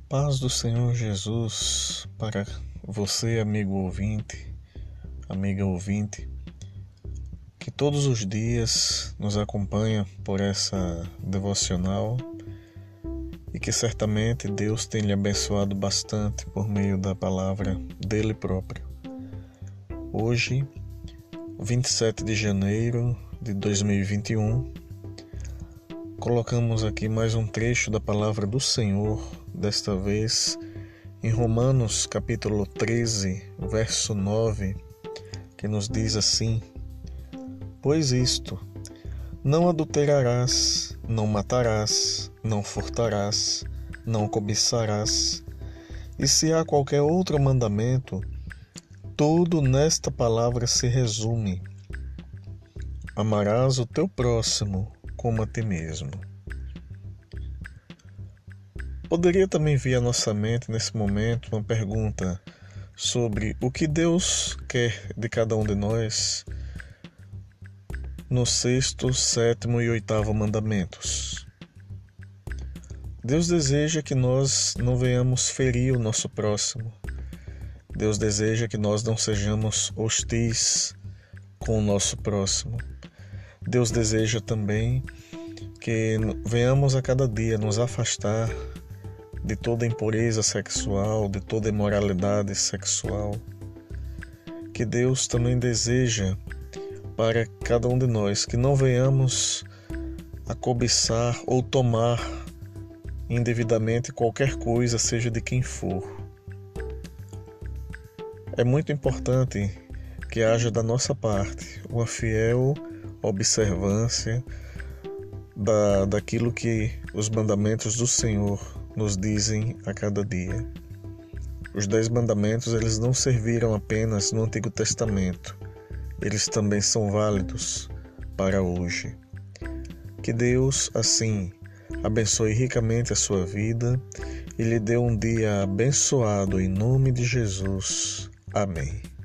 Paz do Senhor Jesus para você, amigo ouvinte, amiga ouvinte, que todos os dias nos acompanha por essa devocional e que certamente Deus tem lhe abençoado bastante por meio da palavra dele próprio. Hoje, 27 de janeiro de 2021, colocamos aqui mais um trecho da palavra do Senhor, desta vez em Romanos capítulo 13, verso 9, que nos diz assim: Pois isto, não adulterarás, não matarás, não furtarás, não cobiçarás, e se há qualquer outro mandamento, tudo nesta palavra se resume: amarás o teu próximo como a ti mesmo. Poderia também vir à nossa mente nesse momento uma pergunta sobre o que Deus quer de cada um de nós no 6º, 7º e 8º mandamentos. Deus deseja que nós não venhamos ferir o nosso próximo. Deus deseja que nós não sejamos hostis com o nosso próximo. Deus deseja também que venhamos a cada dia nos afastar de toda impureza sexual, de toda imoralidade sexual. Que Deus também deseja para cada um de nós que não venhamos a cobiçar ou tomar indevidamente qualquer coisa, seja de quem for. É muito importante que haja da nossa parte uma fiel observância daquilo que os mandamentos do Senhor nos dizem a cada dia. Os 10 mandamentos, eles não serviram apenas no Antigo Testamento, eles também são válidos para hoje. Que Deus, assim, abençoe ricamente a sua vida e lhe dê um dia abençoado em nome de Jesus. Amém.